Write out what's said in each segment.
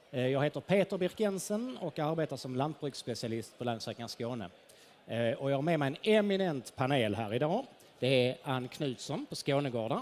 Jag heter Peter Birk Jensen och arbetar som lantbruksspecialist på Länsstyrelsen Skåne. Och jag har med mig en eminent panel här idag. Det är Ann Knutsson på Skånegårdar,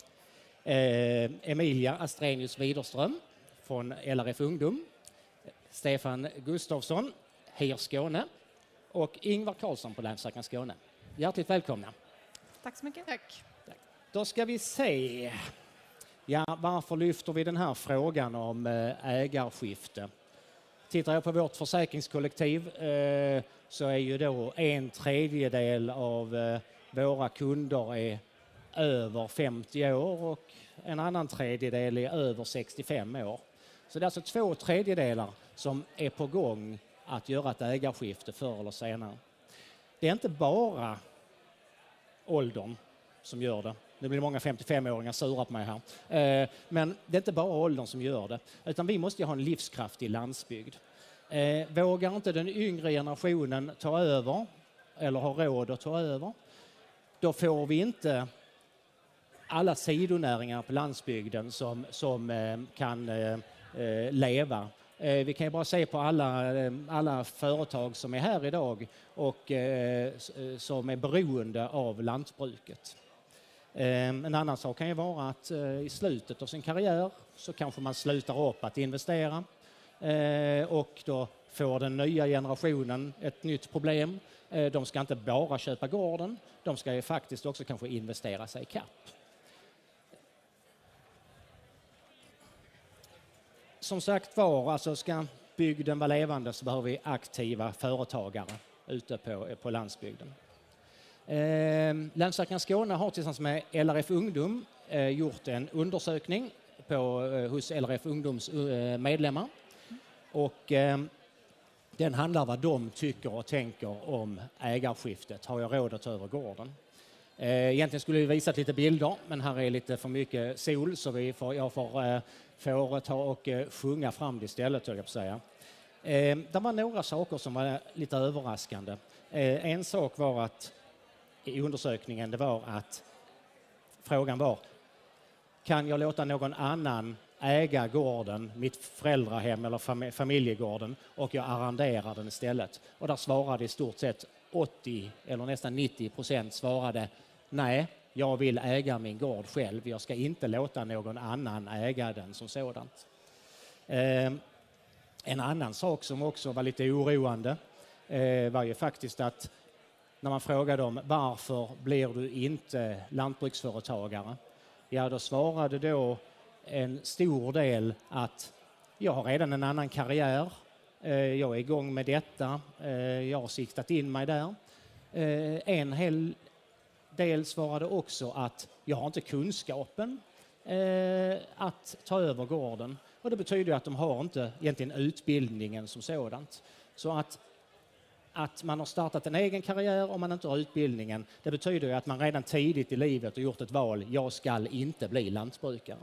Emilia Astrenius Widerström från LRF Ungdom, Stefan Gustafsson, HIR Skåne och Ingvar Karlsson på Länsstyrelsen Skåne. Hjärtligt välkomna. Tack så mycket. Tack. Då ska vi se. Ja, varför lyfter vi den här frågan om ägarskifte? Tittar jag på vårt försäkringskollektiv så är ju då 1/3 av våra kunder är över 50 år och en annan tredjedel är över 65 år. Så det är alltså 2/3 som är på gång att göra ett ägarskifte förr eller senare. Det är inte bara åldern som gör det. Det blir många 55-åringar sura på mig här. Men det är inte bara åldern som gör det, utan vi måste ju ha en livskraftig landsbygd. Vågar inte den yngre generationen ta över eller har råd att ta över, då får vi inte alla sidonäringar på landsbygden som kan leva. Vi kan ju bara se på alla företag som är här idag och som är beroende av lantbruket. En annan sak kan ju vara att i slutet av sin karriär så kanske man slutar upp att investera och då får den nya generationen ett nytt problem. De ska inte bara köpa gården, de ska ju faktiskt också kanske investera sig i kapp. Som sagt var, alltså ska bygden vara levande så behöver vi aktiva företagare ute på landsbygden. Länsstyrelsen Skåne har tillsammans med LRF Ungdom gjort en undersökning hos LRF Ungdoms medlemmar. Och den handlar vad de tycker och tänker om ägarskiftet. Har jag råd att ta över gården? Egentligen skulle vi visa lite bilder, men här är lite för mycket sol så jag får ta och sjunga fram det istället, höll jag på att säga. Det var några saker som var lite överraskande. En sak var att i undersökningen, det var att frågan var: kan jag låta någon annan äga gården, mitt föräldrahem eller familjegården, och jag arrenderar den istället? Och där svarade i stort sett 80 eller nästan 90% svarade nej, jag vill äga min gård själv. Jag ska inte låta någon annan äga den som sådant. En annan sak som också var lite oroande var ju faktiskt att när man frågade dem varför blir du inte lantbruksföretagare? Ja, då svarade då en stor del att jag har redan en annan karriär. Jag är igång med detta. Jag har siktat in mig där. En hel del svarade också att jag har inte kunskapen att ta över gården. Och det betyder att de har inte egentligen utbildningen som sådant. Så att man har startat en egen karriär om man inte har utbildningen, det betyder ju att man redan tidigt i livet har gjort ett val. Jag ska inte bli lantbrukare.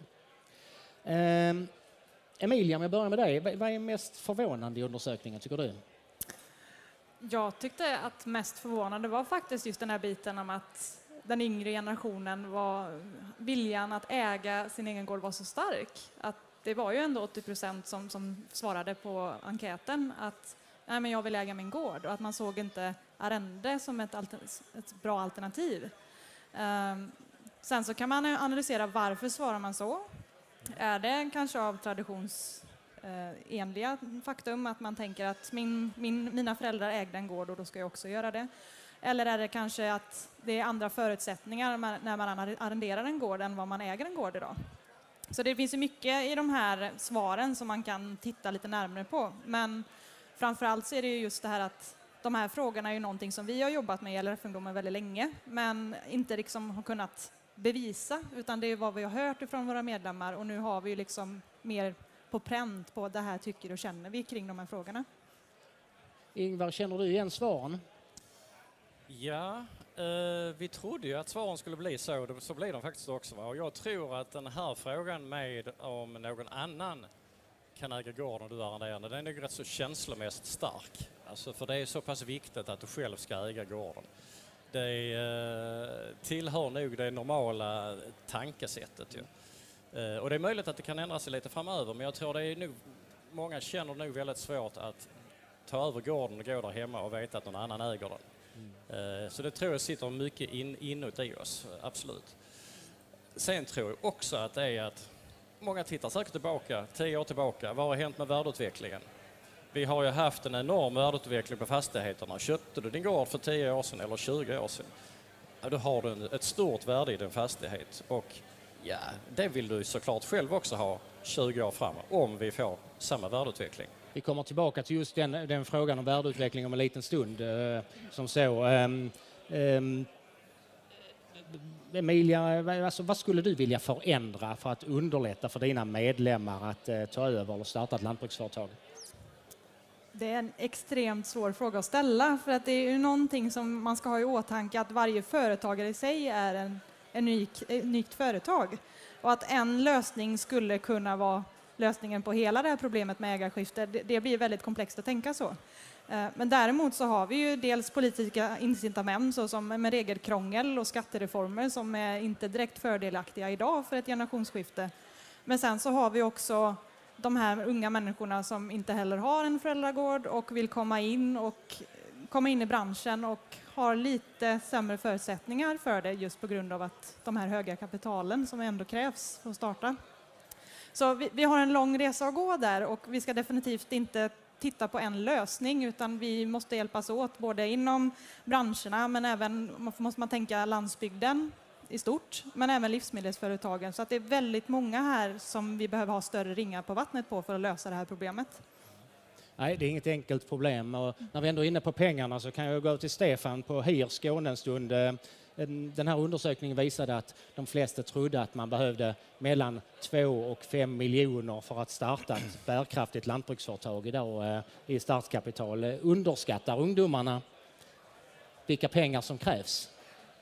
Emilia, om jag börjar med dig. Vad är mest förvånande i undersökningen, tycker du? Jag tyckte att mest förvånande var faktiskt just den här biten om att den yngre generationen viljan att äga sin egen gård var så stark. Att det var ju ändå 80% som svarade på enkäten att nej, men jag vill äga min gård, och att man såg inte arrende som ett bra alternativ. Sen så kan man analysera varför svarar man så. Är det kanske av traditionsenliga faktum att man tänker att mina föräldrar ägde en gård och då ska jag också göra det? Eller är det kanske att det är andra förutsättningar när man arrenderar en gård än vad man äger en gård idag? Så det finns ju mycket i de här svaren som man kan titta lite närmare på. Men framförallt så är det ju just det här att de här frågorna är ju någonting som vi har jobbat med i LRF Ungdomen väldigt länge, men inte liksom har kunnat bevisa, utan det är vad vi har hört från våra medlemmar, och nu har vi ju liksom mer på pränt på det här tycker och känner vi kring de här frågorna. Ingvar, känner du igen svaren? Ja, vi trodde ju att svaren skulle bli så blir de faktiskt också. Och jag tror att den här frågan med om någon annan kan äga gården och du arrenderar den är rätt så känslomässigt stark. Alltså för det är så pass viktigt att du själv ska äga gården. Det tillhör nog det normala tankesättet ju. Och det är möjligt att det kan ändra sig lite framöver, men jag tror det är nog många känner nog väldigt svårt att ta över gården och gå där hemma och veta att någon annan äger den. Så det tror jag sitter mycket inuti oss, absolut. Sen tror jag också att det är att många tittar säkert tillbaka, 10 år tillbaka. Vad har hänt med värdeutvecklingen? Vi har ju haft en enorm värdeutveckling på fastigheterna. Köpte du din gård för 10 år sedan eller 20 år sedan, ja, då har du ett stort värde i din fastighet. Och ja, det vill du såklart själv också ha 20 år framåt om vi får samma värdeutveckling. Vi kommer tillbaka till just den frågan om värdeutveckling om en liten stund. Som så. Emilia, alltså, vad skulle du vilja förändra för att underlätta för dina medlemmar att ta över eller starta ett lantbruksföretag? Det är en extremt svår fråga att ställa, för att det är ju någonting som man ska ha i åtanke, att varje företagare i sig är ett unikt företag. Och att en lösning skulle kunna vara lösningen på hela det här problemet med ägarskifte, det blir väldigt komplext att tänka så. Men däremot så har vi ju dels politiska incitament såsom med regelkrångel och skattereformer som är inte direkt fördelaktiga idag för ett generationsskifte. Men sen så har vi också de här unga människorna som inte heller har en föräldragård och vill komma in i branschen och har lite sämre förutsättningar för det just på grund av att de här höga kapitalen som ändå krävs för att starta. Så vi har en lång resa att gå där, och vi ska definitivt inte titta på en lösning, utan vi måste hjälpas åt både inom branscherna, men även måste man tänka landsbygden i stort, men även livsmedelsföretagen. Så att det är väldigt många här som vi behöver ha större ringar på vattnet på för att lösa det här problemet. Nej, det är inget enkelt problem. Och när vi ändå är inne på pengarna så kan jag gå till Stefan på HIR Skåne en stund. Den här undersökningen visade att de flesta trodde att man behövde mellan 2 och 5 miljoner för att starta ett bärkraftigt lantbruksföretag idag i startkapital. Underskattar ungdomarna vilka pengar som krävs?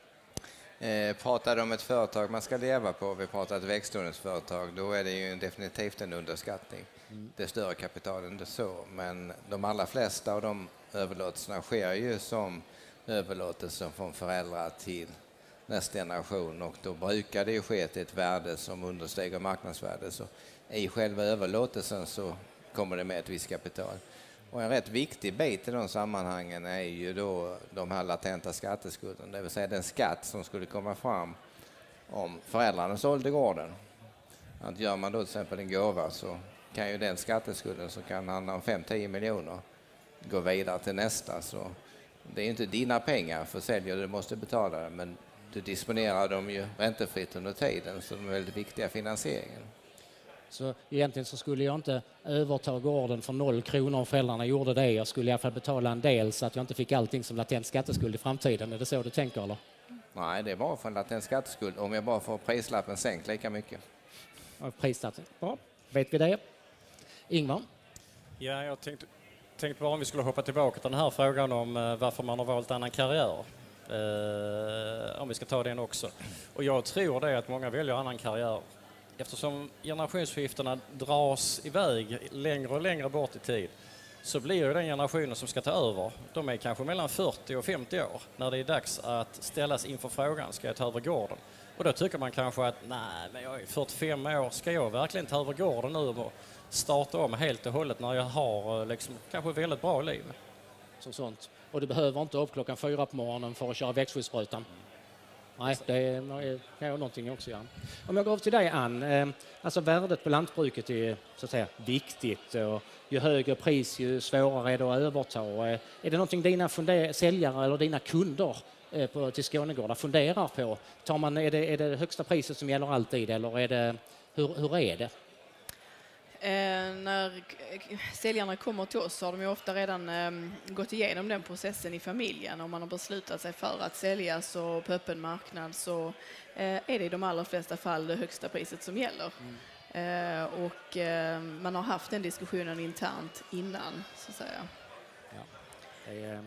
Pratar du om ett företag man ska leva på, vi pratar ett växtodlingsföretag, då är det ju definitivt en underskattning. Det är större kapital än det så, men de allra flesta av de överlåtelserna sker ju som överlåtelser från föräldrar till nästa generation, och då brukar det ju ske till ett värde som understiger marknadsvärde. Så i själva överlåtelsen så kommer det med ett visst kapital. Och en rätt viktig bit i de sammanhangen är ju då de här latenta skatteskulden, det vill säga den skatt som skulle komma fram om föräldrarna sålde gården. Att gör man då till exempel en gåva, så kan ju den skatteskulden, som kan handla om 5-10 miljoner, gå vidare till nästa. Så det är ju inte dina pengar, för säljer du måste betala det, men du disponerar dem ju räntefritt under tiden, så de är väldigt viktiga finansieringen. Så egentligen så skulle jag inte överta gården för 0 kronor om föräldrarna gjorde det. Jag skulle i alla fall betala en del så att jag inte fick allting som latent skatteskuld i framtiden. Är det så du tänker, eller? Nej, det är bara för en latent skatteskuld om jag bara får prislappen sänkt lika mycket. Prislappen. Bra, vet vi det. Ingvar? Ja, jag tänkte bara om vi skulle hoppa tillbaka till den här frågan om varför man har valt annan karriär. Om vi ska ta den också. Och jag tror det att många väljer annan karriär eftersom generationsskiftena dras iväg längre och längre bort i tid, så blir ju den generationen som ska ta över, de är kanske mellan 40 och 50 år när det är dags att ställas inför frågan, ska jag ta över gården? Och då tycker man kanske att nej, men jag är 45 år, ska jag verkligen ta över gården nu och starta om helt och hållet när jag har liksom kanske väldigt bra liv? Som sånt. Och du behöver inte upp klockan 4 på morgonen för att köra växtskyddssprutan. Nej, det är någonting också, ja. Om jag går över till dig, Ann. Alltså värdet på lantbruket är så att säga viktigt. Och ju högre pris, ju svårare är det att överta. Är det någonting dina säljare eller dina kunder till Skånegårdar funderar på? Är det högsta priset som gäller alltid, eller är det, hur är det? När säljarna kommer till oss så har de ju ofta redan gått igenom den processen i familjen. Om man har beslutat sig för att sälja så på öppen marknad, så är det i de allra flesta fall det högsta priset som gäller. Och man har haft den diskussionen internt innan, så att säga. Ja.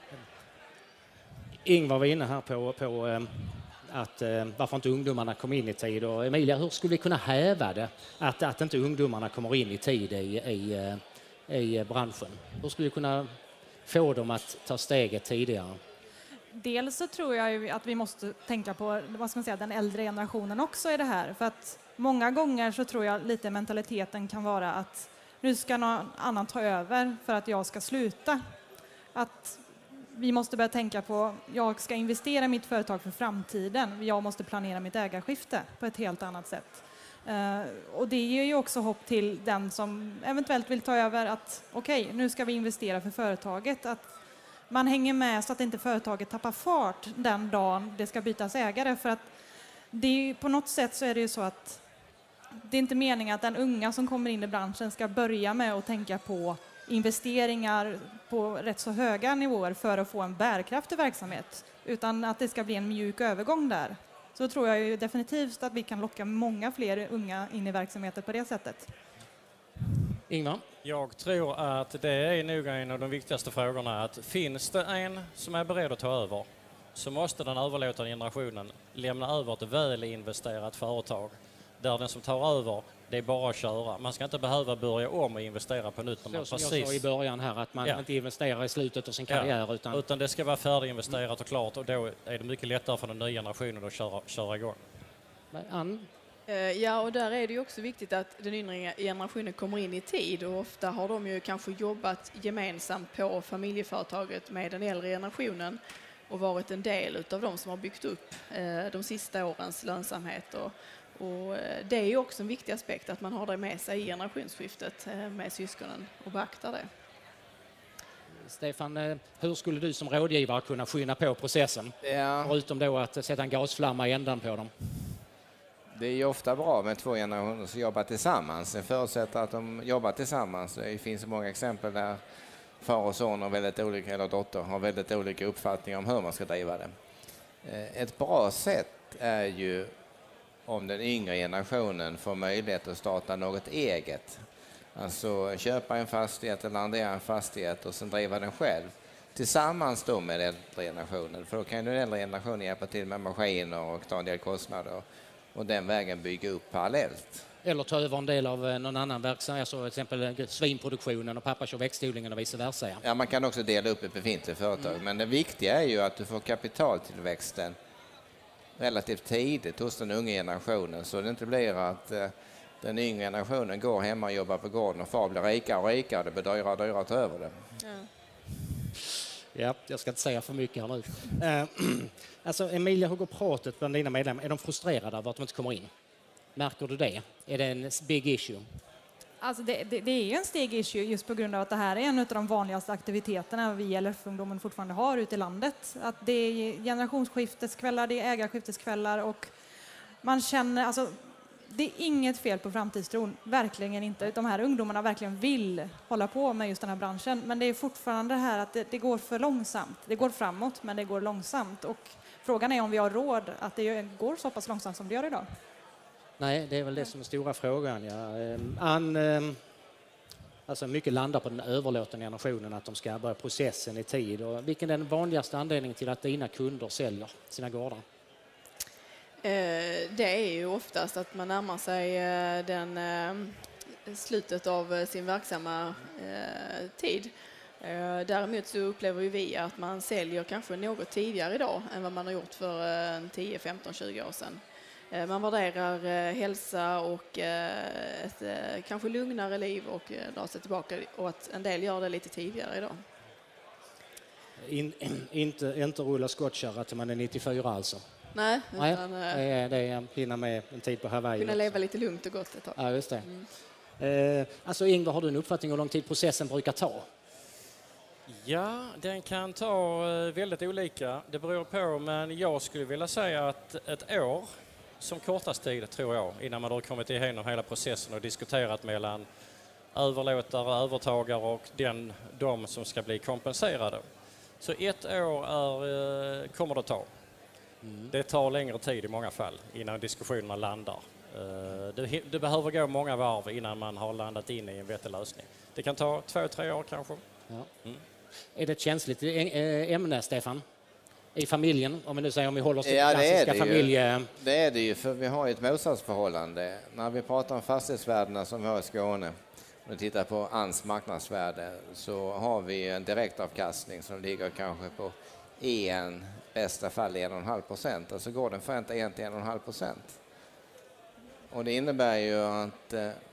Ingvar var inne här på att varför inte ungdomarna kom in i tid. Och Emilia, hur skulle vi kunna häva det? Att inte ungdomarna kommer in i tid i branschen. Hur skulle vi kunna få dem att ta steget tidigare? Dels så tror jag att vi måste tänka på den äldre generationen också i det här. För att många gånger så tror jag lite mentaliteten kan vara att nu ska någon annan ta över för att jag ska sluta. Att vi måste börja tänka på, jag ska investera i mitt företag för framtiden. Jag måste planera mitt ägarskifte på ett helt annat sätt. Och det ger ju också hopp till den som eventuellt vill ta över att okej, nu ska vi investera för företaget. Att man hänger med så att inte företaget tappar fart den dagen det ska bytas ägare. För att det är, på något sätt så är det ju så att det är inte meningen att den unga som kommer in i branschen ska börja med att tänka på investeringar på rätt så höga nivåer för att få en bärkraftig verksamhet, utan att det ska bli en mjuk övergång där. Så tror jag ju definitivt att vi kan locka många fler unga in i verksamheter på det sättet. Ingvar? Jag tror att det är nog en av de viktigaste frågorna, att finns det en som är beredd att ta över, så måste den överlåtande generationen lämna över ett väl investerat företag där den som tar över, det är bara att köra. Man ska inte behöva börja om och investera på nytt. Så som jag sa i början här, att man inte investerar i slutet av sin karriär. Utan det ska vara färdiginvesterat och klart, och då är det mycket lättare för den nya generationen att köra igång. Ann? Ja, och där är det ju också viktigt att den yngre generationen kommer in i tid, och ofta har de ju kanske jobbat gemensamt på familjeföretaget med den äldre generationen och varit en del av de som har byggt upp de sista årens lönsamhet. Och det är ju också en viktig aspekt att man har det med sig i generationsskiftet med syskonen och beaktar det. Stefan, hur skulle du som rådgivare kunna skynda på processen? Ja. Förutom då att sätta en gasflamma i ändan på dem. Det är ju ofta bra med två generationer som jobbar tillsammans. Det förutsätter att de jobbar tillsammans. Det finns många exempel där far och son har väldigt olika, eller dotter har väldigt olika uppfattningar om hur man ska driva det. Ett bra sätt är ju om den yngre generationen får möjlighet att starta något eget. Alltså köpa en fastighet eller arrendera en fastighet och sen driva den själv. Tillsammans då med den äldre generationen. För då kan den äldre generationen hjälpa till med maskiner och ta en del kostnader. Och den vägen bygga upp parallellt. Eller ta över en del av någon annan verksamhet, alltså till exempel svinproduktionen och pappa kör växtodlingen och vice versa. Ja, man kan också dela upp ett befintligt företag. Men det viktiga är ju att du får kapitaltillväxten relativt tidigt hos den unga generationen, så det inte blir att den yngre generationen går hemma och jobbar på gården och far blir rikare och rikare och det blir dyrare och dyrare att ta över det. Ja, jag ska inte säga för mycket här nu. Alltså Emilia, hur går pratet bland dina medlemmar? Är de frustrerade över att de inte kommer in? Märker du det? Är det en big issue? Alltså det är ju en stig issue just på grund av att det här är en av de vanligaste aktiviteterna vi LF-ungdomen fortfarande har ute i landet. Att det är generationsskifteskvällar, det är ägarskifteskvällar och man känner, alltså det är inget fel på framtidstron, verkligen inte. De här ungdomarna verkligen vill hålla på med just den här branschen, men det är fortfarande det här att det går för långsamt. Det går framåt, men det går långsamt och frågan är om vi har råd att det går så pass långsamt som det gör idag. Nej, det är väl det som är stora frågan. Ja. Alltså mycket landar på den överlåtande generationen, att de ska börja processen i tid. Och vilken är den vanligaste anledningen till att dina kunder säljer sina gårdar? Det är ju oftast att man närmar sig slutet av sin verksamma tid. Däremot så upplever vi att man säljer kanske något tidigare idag än vad man har gjort för 10, 15, 20 år sedan. Man värderar hälsa och ett kanske lugnare liv och drar sig tillbaka, och att en del gör det lite tidigare idag. Inte rulla skottkärra till man är 94 alltså? Nej, utan det är hinna med en tid på Hawaii. Kunna leva lite lugnt och gott ett tag. Ja, just det. Alltså Ingvar, har du en uppfattning om hur lång tid processen brukar ta? Ja, den kan ta väldigt olika. Det beror på, men jag skulle vilja säga att ett år som kortast tid, tror jag, innan man har kommit igenom hela processen och diskuterat mellan överlåtare, övertagare och de som ska bli kompenserade. Så ett år kommer det att ta. Det tar längre tid i många fall innan diskussionerna landar. Det behöver gå många varv innan man har landat in i en vettig lösning. Det kan ta 2-3 år kanske. Ja. Är det ett känsligt ämne, Stefan? I familjen, om vi håller oss till klassiska familje... Det är det ju, för vi har ju ett motsatsförhållande. När vi pratar om fastighetsvärdena som vi har i Skåne, om vi tittar på ANS marknadsvärde, så har vi en direktavkastning som ligger kanske på bästa fall 1,5%. Alltså går den förränta 1-1,5%. Och det innebär ju att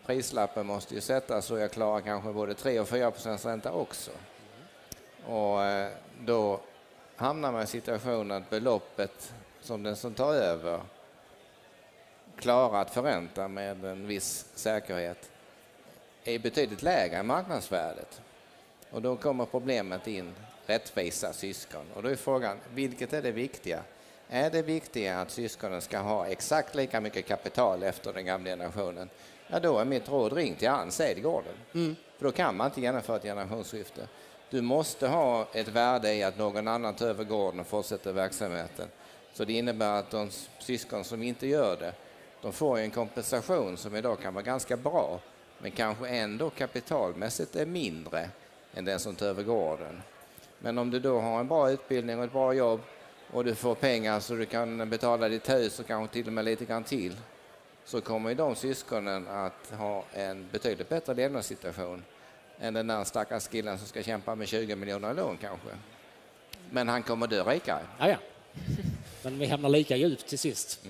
prislappen måste ju sättas så jag klarar kanske både 3 och 4% ränta också. Och då hamnar man i situationen att beloppet som den som tar över klarar att förränta med en viss säkerhet är betydligt lägre än marknadsvärdet. Och då kommer problemet in, rättvisa syskon. Och då är frågan, vilket är det viktiga? Är det viktiga att syskonen ska ha exakt lika mycket kapital efter den gamla generationen? Ja, då är mitt råd, ring till ansäg gården. För då kan man inte genomföra ett generationsskifte. Du måste ha ett värde i att någon annan tar över gården och fortsätter verksamheten. Så det innebär att de syskon som inte gör det, de får en kompensation som idag kan vara ganska bra, men kanske ändå kapitalmässigt är mindre än den som tar över gården. Men om du då har en bra utbildning och ett bra jobb och du får pengar så du kan betala ditt hus och kanske till och med lite grann till, så kommer ju de syskonen att ha en betydligt bättre levnadssituation än den där stackars killen som ska kämpa med 20 miljoner lån kanske. Men han kommer dö rikare. Ja. Men vi hamnar lika djupt till sist.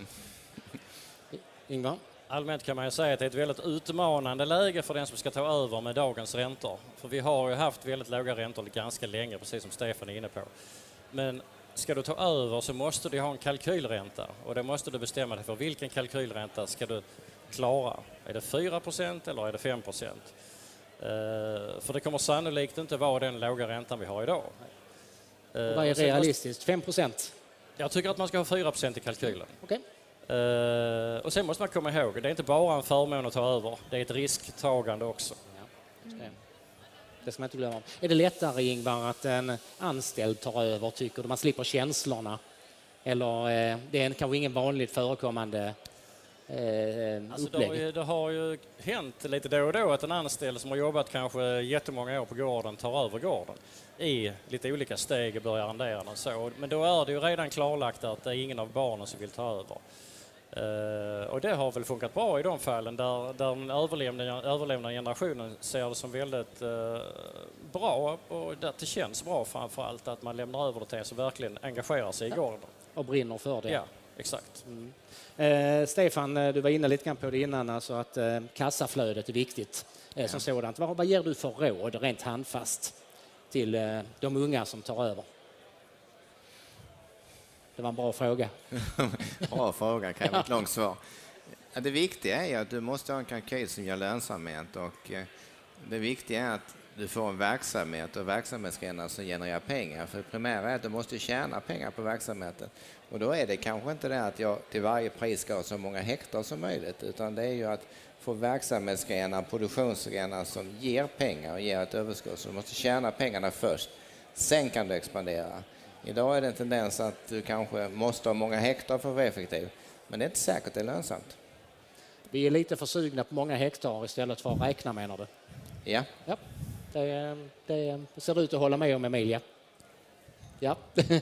Ingvar? Allmänt kan man ju säga att det är ett väldigt utmanande läge för den som ska ta över med dagens räntor. För vi har ju haft väldigt låga räntor ganska länge, precis som Stefan är inne på. Men ska du ta över så måste du ha en kalkylränta och då måste du bestämma dig för vilken kalkylränta ska du klara. Är det 4% eller är det 5%? För det kommer sannolikt inte vara den låga räntan vi har idag. Vad är realistiskt? 5%? Jag tycker att man ska ha 4% i kalkylen. Okej. Och sen måste man komma ihåg, det är inte bara en förmån att ta över, det är ett risktagande också. Ja, just det. Det ska man inte glömma. Är det lättare, Ingvar, att en anställd tar över, tycker du? Man slipper känslorna? Eller det är kanske ingen vanligt förekommande upplägg? Det har ju hänt lite då och då att en anställd som har jobbat kanske jättemånga år på gården tar över gården i lite olika steg och börjar arrendera den så. Men då är det ju redan klarlagt att det är ingen av barnen som vill ta över. Och det har väl funkat bra i de fallen där den överlevnande generationen ser det som väldigt bra och där det känns bra framför allt att man lämnar över det till en som verkligen engagerar sig i gården. Och brinner för det. Ja, exakt. Stefan, du var inne lite grann på det innan, alltså att kassaflödet är viktigt som sådant. Vad ger du för råd rent handfast till de unga som tar över? Det var en bra fråga. Bra fråga, kräver ett långt svar. Det viktiga är att du måste ha en kalkyl som ger lönsamhet och det viktiga är att du får en verksamhet och verksamhetsgrenar som genererar pengar. För det primära är att du måste tjäna pengar på verksamheten. Och då är det kanske inte det att jag till varje pris ska ha så många hektar som möjligt, utan det är ju att få verksamhetsgrenar, produktionsgrenar som ger pengar och ger ett överskott. Så du måste tjäna pengarna först, sen kan du expandera. Idag är det en tendens att du kanske måste ha många hektar för att vara effektiv, men det är inte säkert att det är lönsamt. Vi är lite försugna på många hektar istället för att räkna, menar du? Ja. Det ser ut att hålla med om, Emilia. Ja.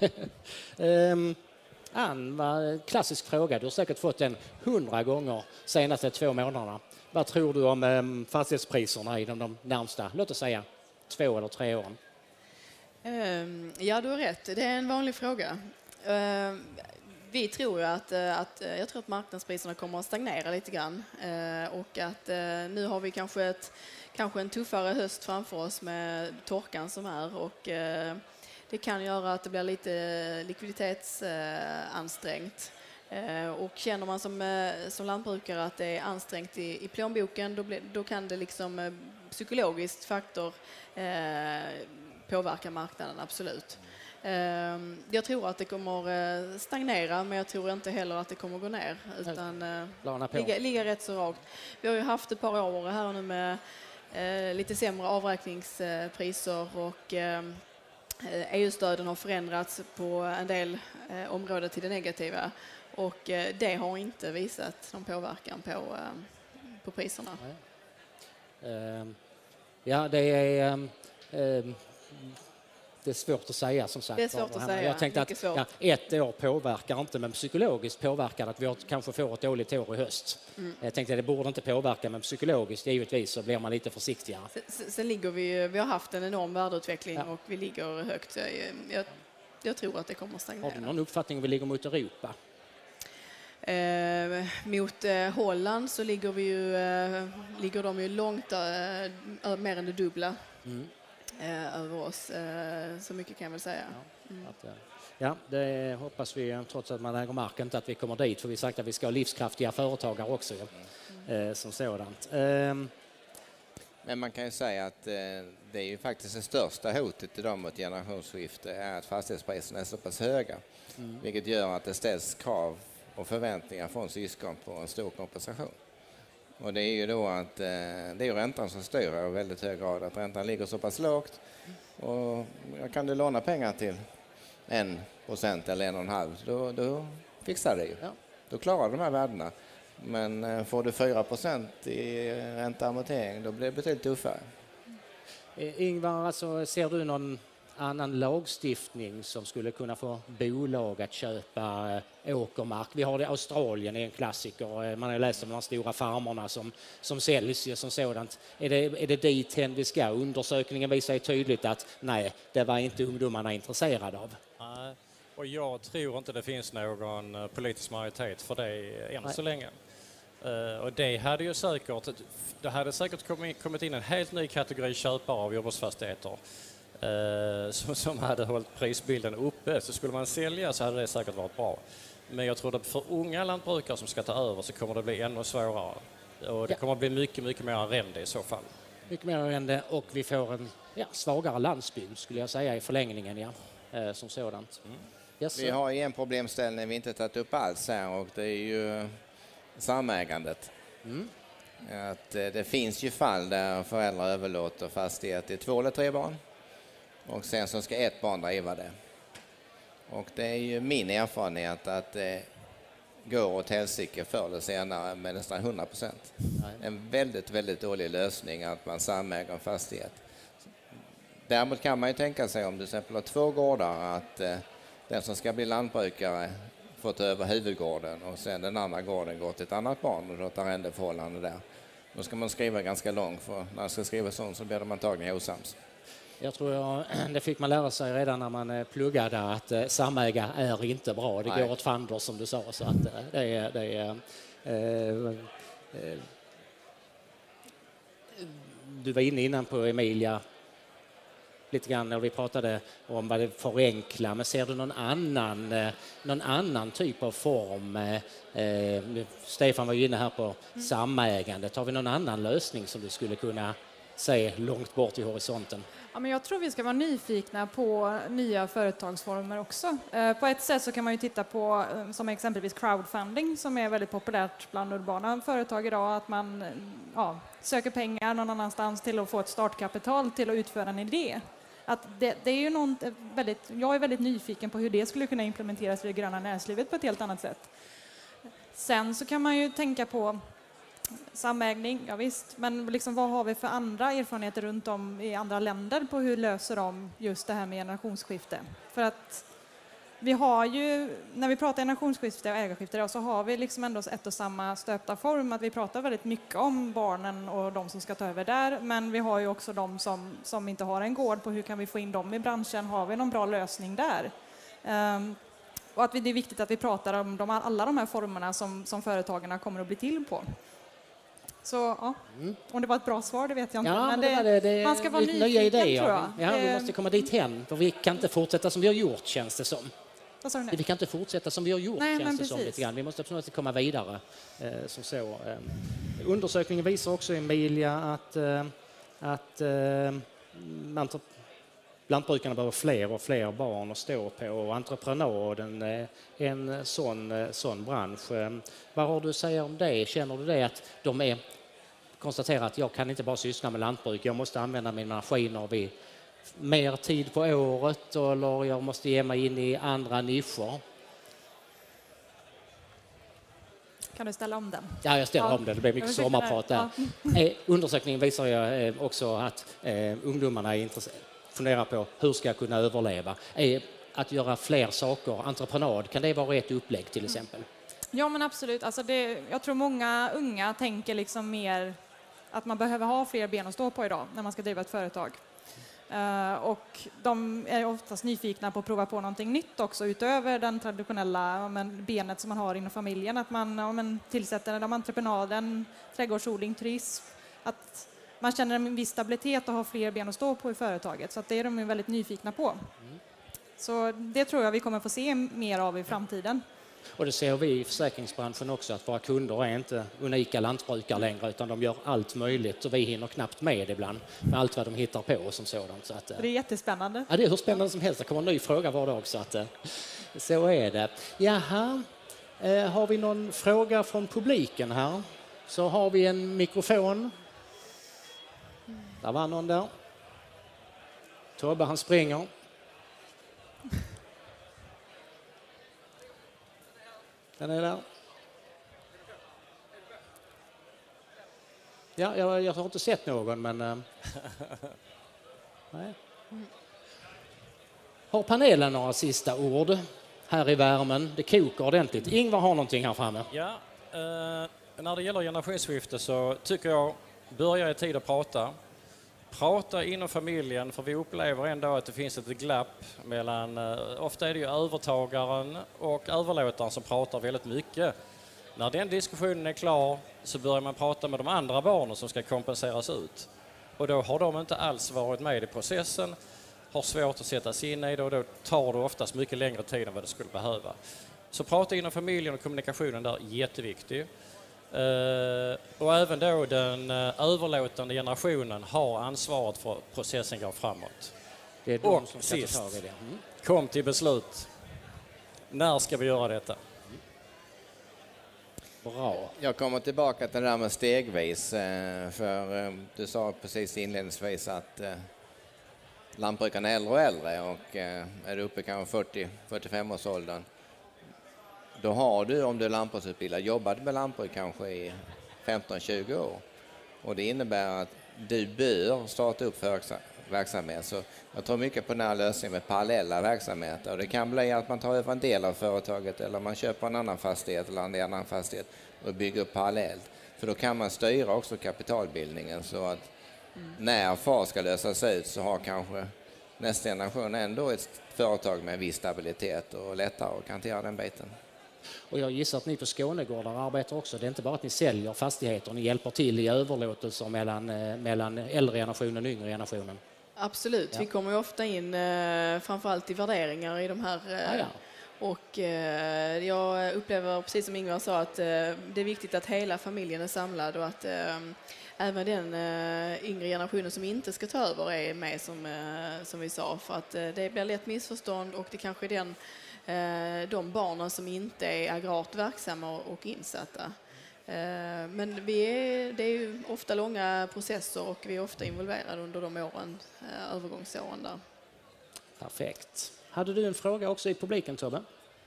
Ann, klassisk fråga. Du har säkert fått den 100 gånger senaste 2 månaderna. Vad tror du om fastighetspriserna i de närmsta, låt oss säga, 2 eller 3 åren? Ja, du har rätt. Det är en vanlig fråga. Vi tror ju jag tror att marknadspriserna kommer att stagnera lite grann och att nu har vi kanske en tuffare höst framför oss med torkan som är och det kan göra att det blir lite likviditetsansträngt. Och känner man som lantbrukare att det är ansträngt i plånboken då kan det liksom psykologiskt faktor påverka marknaden, absolut. Jag tror att det kommer stagnera, men jag tror inte heller att det kommer gå ner utan ligga rätt så rakt. Vi har ju haft ett par år här nu med lite sämre avräkningspriser och EU-stöden har förändrats på en del områden till det negativa och det har inte visat någon påverkan på priserna. Ja, det är svårt att säga, som sagt. Det är svårt att säga. Jag tänkte att ett år påverkar inte, men psykologiskt påverkar att vi kanske får ett dåligt år i höst. Jag tänkte att det borde inte påverka, men psykologiskt givetvis så blir man lite försiktigare. Sen ligger vi har haft en enorm värdeutveckling och vi ligger högt. Jag tror att det kommer att stagnera. Har du någon uppfattning om vi ligger mot Europa? Mot Holland så ligger de ju långt mer än det dubbla över oss. Så mycket kan jag väl säga. Ja, det hoppas vi, trots att man äger marken, inte att vi kommer dit, för vi sagt att vi ska ha livskraftiga företagare också som sådant. Men man kan ju säga att det är ju faktiskt det största hotet idag mot generationsskifte är att fastighetspriserna är så pass höga. Vilket gör att det ställs krav och förväntningar från syskon på en stor kompensation. Och det är ju då att det är räntan som styr i väldigt hög grad. Att räntan ligger så pass lågt och kan du låna pengar till 1% eller 1,5%, då fixar det ju. Ja. Då klarar de här värdena. Men får du 4% i ränteamortering, då blir det betydligt tuffare. Ingvar, alltså, ser du någon annan lagstiftning som skulle kunna få bolag att köpa åkermark? Vi har det, Australien är en klassiker. Man har läst om de stora farmerna som säljs som sådant. Är det dit vi ska? Undersökningen visar ju tydligt att nej, det var inte ungdomarna intresserade av. Nej, och jag tror inte det finns någon politisk majoritet för det än så länge. Och det hade säkert kommit in en helt ny kategori köpare av jordbruksfastigheter som hade hållit prisbilden uppe. Så skulle man sälja så hade det säkert varit bra. Men jag tror att för unga lantbrukare som ska ta över så kommer det bli ännu svårare. Och det kommer att bli mycket, mycket mer arrende i så fall. Mycket mer arrende, och vi får en svagare landsbygd skulle jag säga i förlängningen som sådant. Yes, vi har en problemställning vi inte tagit upp alls här, och det är ju samägandet. Att det finns ju fall där föräldrar överlåter fastighet till 2 eller 3 barn och sen så ska ett barn driva det. Och det är ju min erfarenhet att det går åt helsike förr eller senare med nästan 100%. En väldigt, väldigt dålig lösning att man samäger en fastighet. Däremot kan man ju tänka sig, om du till exempel har 2 gårdar, att den som ska bli lantbrukare får ta över huvudgården och sen den andra gården går till ett annat barn och då tar arrendeförhållande där. Då ska man skriva ganska långt, för när man ska skriva sånt så blir de antagligen osams. Jag tror det fick man lära sig redan när man pluggade, att samäga är inte bra. Det går åt fanders som du sa. Så att du var inne innan på Emilia lite grann när vi pratade om vad det förenklar. Men ser du någon annan typ av form? Stefan var ju inne här på samägandet. Har vi någon annan lösning som du skulle kunna se långt bort i horisonten? Ja, men jag tror vi ska vara nyfikna på nya företagsformer också. På ett sätt så kan man ju titta på som exempelvis crowdfunding, som är väldigt populärt bland urbana företag idag. Att man söker pengar någon annanstans till att få ett startkapital till att utföra en idé. Att det är ju jag är väldigt nyfiken på hur det skulle kunna implementeras i det gröna näringslivet på ett helt annat sätt. Sen så kan man ju tänka på samägning, ja visst, men liksom, vad har vi för andra erfarenheter runt om i andra länder på hur löser de just det här med generationsskifte? För att vi har ju, när vi pratar generationsskifte och ägarskifte, så har vi liksom ändå ett och samma stöpta form, att vi pratar väldigt mycket om barnen och de som ska ta över där, men vi har ju också de som inte har en gård, på hur kan vi få in dem i branschen, har vi någon bra lösning där? Och att det är viktigt att vi pratar om alla de här formerna som företagarna kommer att bli till på. Så ja, om det var ett bra svar, det vet jag inte. Ja, men man ska vara nyfiken, nya idéer, tror jag. Ja, vi måste komma dit hem, för vi kan inte fortsätta som vi har gjort, känns det som. Vad sa du nu? Vi kan inte fortsätta som vi har gjort, Nej, känns det som lite grann. Vi måste absolut komma vidare. Undersökningen visar också, Emilia, att lantbrukarna behöver fler och fler barn att stå på, och entreprenaden är en sån bransch. Vad har du att säga om det? Känner du det att de konstaterar att jag kan inte bara syssla med lantbruk, jag måste använda mina maskiner vid mer tid på året, eller jag måste ge mig in i andra nischer? Kan du ställa om den? Ja, jag ställer om den. Det blir mycket sommarprat där. Ja. Undersökningen visar ju också att ungdomarna är funderar på hur ska jag kunna överleva. Att göra fler saker, entreprenad, kan det vara ett upplägg till exempel? Ja, men absolut. Alltså jag tror många unga tänker liksom mer att man behöver ha fler ben att stå på idag när man ska driva ett företag. Och de är oftast nyfikna på att prova på någonting nytt också utöver den traditionella benet som man har inom familjen. Att man tillsätter entreprenaden, trädgårdsodling, turism. Att man känner en viss stabilitet och har fler ben att stå på i företaget. Så att det är de väldigt nyfikna på. Så det tror jag vi kommer få se mer av i framtiden. Och det ser vi i försäkringsbranschen också, att våra kunder är inte unika lantbrukare längre, utan de gör allt möjligt och vi hinner knappt med ibland med allt vad de hittar på som sådant. Så att, det är jättespännande. Ja, det är hur spännande som helst. Det kommer en ny fråga var dag, så att så är det. Jaha, har vi någon fråga från publiken här? Så har vi en mikrofon. Där var någon där. Tobbe, han springer. Den är där. Ja, jag har inte sett någon, men... nej. Har panelen några sista ord här i värmen? Det kokar ordentligt. Ingvar har någonting här framme. Ja, när det gäller generationsskifte så tycker jag börja i tid att prata. Prata inom familjen, för vi upplever ändå att det finns ett glapp mellan, ofta är det ju övertagaren och överlåtaren som pratar väldigt mycket. När den diskussionen är klar så börjar man prata med de andra barnen som ska kompenseras ut. Och då har de inte alls varit med i processen, har svårt att sätta sig in i det och då tar det oftast mycket längre tid än vad det skulle behöva. Så prata inom familjen och kommunikationen där är jätteviktig. Och även då den överlåtande generationen har ansvaret för att processen går framåt. Det är och som sist, kom till beslut. När ska vi göra detta? Bra. Jag kommer tillbaka till det där med stegvis, för du sa precis inledningsvis att lantbrukarna är äldre och äldre och är uppe kanske 40-45-årsåldern. Då har du, om du är lantbruksutbildad, jobbat med lantbruk kanske i 15-20 år. Och det innebär att du bör starta upp verksamhet. Så jag tror mycket på den här lösningen med parallella verksamheter. Och det kan bli att man tar över en del av företaget eller man köper en annan fastighet eller en annan fastighet och bygger upp parallellt. För då kan man styra också kapitalbildningen så att när far ska lösas ut så har kanske nästa generation ändå ett företag med viss stabilitet och lättare att hantera den biten. Och jag gissar att ni på Skånegårdar arbetar också. Det är inte bara att ni säljer fastigheter, ni hjälper till i överlåtelser mellan äldre generationen och yngre generationen. Absolut, vi kommer ju ofta in framförallt i värderingar i de här. Och jag upplever, precis som Ingvar sa, att det är viktigt att hela familjen är samlad och att även den yngre generationen som inte ska ta över är med, som vi sa. För att det blir lätt missförstånd och det kanske är de barnen som inte är agrart verksamma och insatta. Men det är ju ofta långa processer och vi är ofta involverade under de åren, övergångsåren där. Perfekt. Hade du en fråga också i publiken, Tobbe?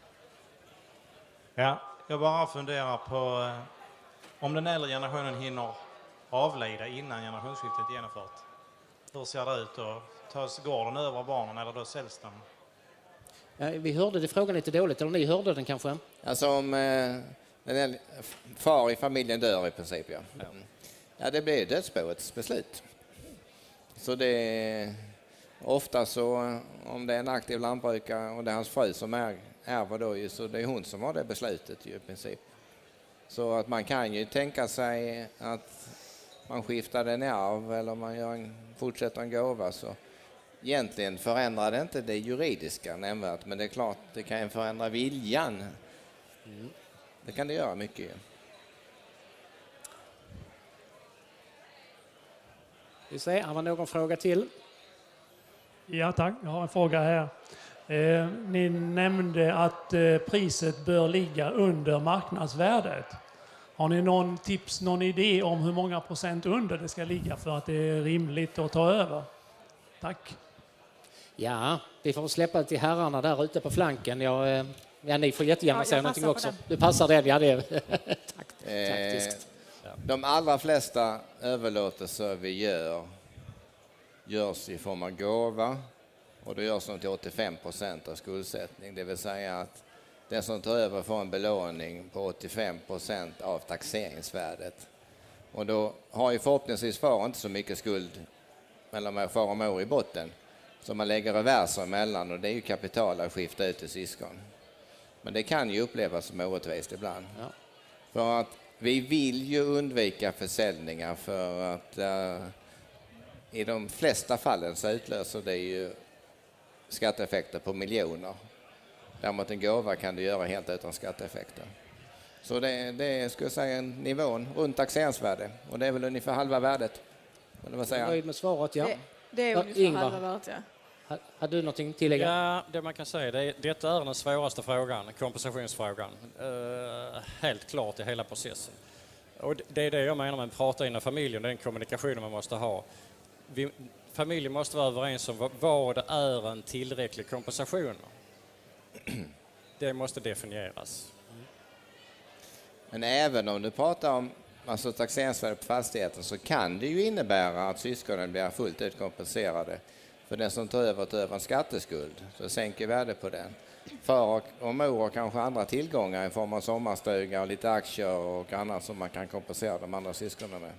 Ja, jag bara funderar på om den äldre generationen hinner avlida innan generationsskiftet är genomfört. Hur ser det ut då? Tas gården över barnen eller då säljs den? Ja, vi hörde det frågan lite dåligt, eller ni hörde den kanske? Alltså om far i familjen dör i princip, ja. Ja, det blir dödsboets beslut. Så det är ofta så, om det är en aktiv lantbrukare och det är hans fru som ärver då, så det är hon som har det beslutet ju, i princip. Så att man kan ju tänka sig att man skiftar den i arv eller man fortsätter en gåva, så egentligen förändrar det inte det juridiska nämnvärt, men det är klart det kan förändra viljan. Det kan det göra mycket. Vi ser, har man någon fråga till? Ja tack, jag har en fråga här. Ni nämnde att priset bör ligga under marknadsvärdet. Har ni någon tips, någon idé om hur många procent under det ska ligga för att det är rimligt att ta över? Tack. Ja, vi får släppa det till herrarna där ute på flanken. Ja, ni får jättegärna säga någonting också. Du passar den, ja det är taktiskt. De allra flesta överlåtelser vi görs i form av gåva och det görs till 85% av skuldsättning. Det vill säga att den som tar över får en belåning på 85% av taxeringsvärdet. Och då har ju förhoppningsvis far inte så mycket skuld mellan far och mor i botten. Så man lägger reverser emellan och det är ju kapital att skifta ut till syskon. Men det kan ju upplevas som orättvist ibland. Ja. För att vi vill ju undvika försäljningar för att i de flesta fallen så utlöser det ju skatteeffekter på miljoner. Däremot en gåva kan du göra helt utan skatteeffekter. Så det är, skulle jag säga, nivån runt taxeringsvärde. Och det är väl ungefär halva värdet. Eller vad säger jag? Nöjd med svaret, ja. Det är ungefär Ingvar, halva värdet, ja. Har du någonting att tillägga? Ja, det man kan säga, detta är den svåraste frågan, kompensationsfrågan. Helt klart i hela processen. Och det är det jag menar med att prata inom familjen, den kommunikationen man måste ha. Familjen måste vara överens om vad är en tillräcklig kompensation. Det måste definieras. Men även om du pratar om taxeringsvärde på fastigheten så kan det ju innebära att syskonen blir fullt ut kompenserade för den som tar över en skatteskuld. Så sänker värdet på den. Far och mor och kanske andra tillgångar i form av sommarstuga och lite aktier och annat som man kan kompensera de andra syskonen med.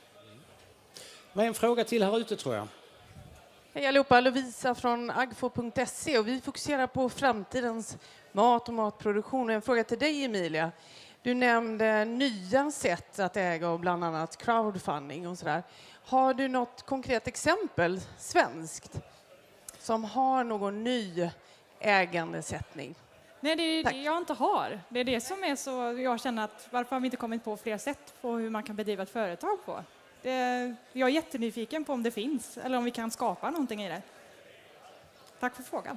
Men en fråga till här ute tror jag. Hej allihopa, Lovisa från agfo.se och vi fokuserar på framtidens mat och matproduktion. En fråga till dig Emilia. Du nämnde nya sätt att äga och bland annat crowdfunding och sådär. Har du något konkret exempel svenskt som har någon ny ägandesättning? Nej, det är det jag inte har. Det är det som är så, jag känner att varför har vi inte kommit på fler sätt på hur man kan bedriva ett företag på? Jag är jättenyfiken på om det finns eller om vi kan skapa någonting i det. Tack för frågan.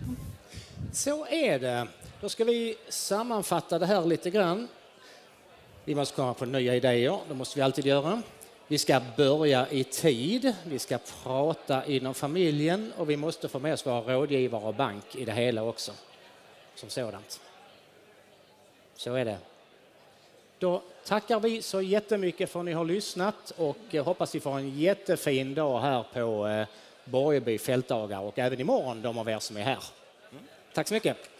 Så är det. Då ska vi sammanfatta det här lite grann. Vi måste komma på nya idéer, det måste vi alltid göra. Vi ska börja i tid, vi ska prata inom familjen och vi måste få med oss våra rådgivare och bank i det hela också. Som sådant. Så är det. Då tackar vi så jättemycket för att ni har lyssnat och hoppas vi får en jättefin dag här på Borgeby fältdagar och även imorgon de av er som är här. Tack så mycket.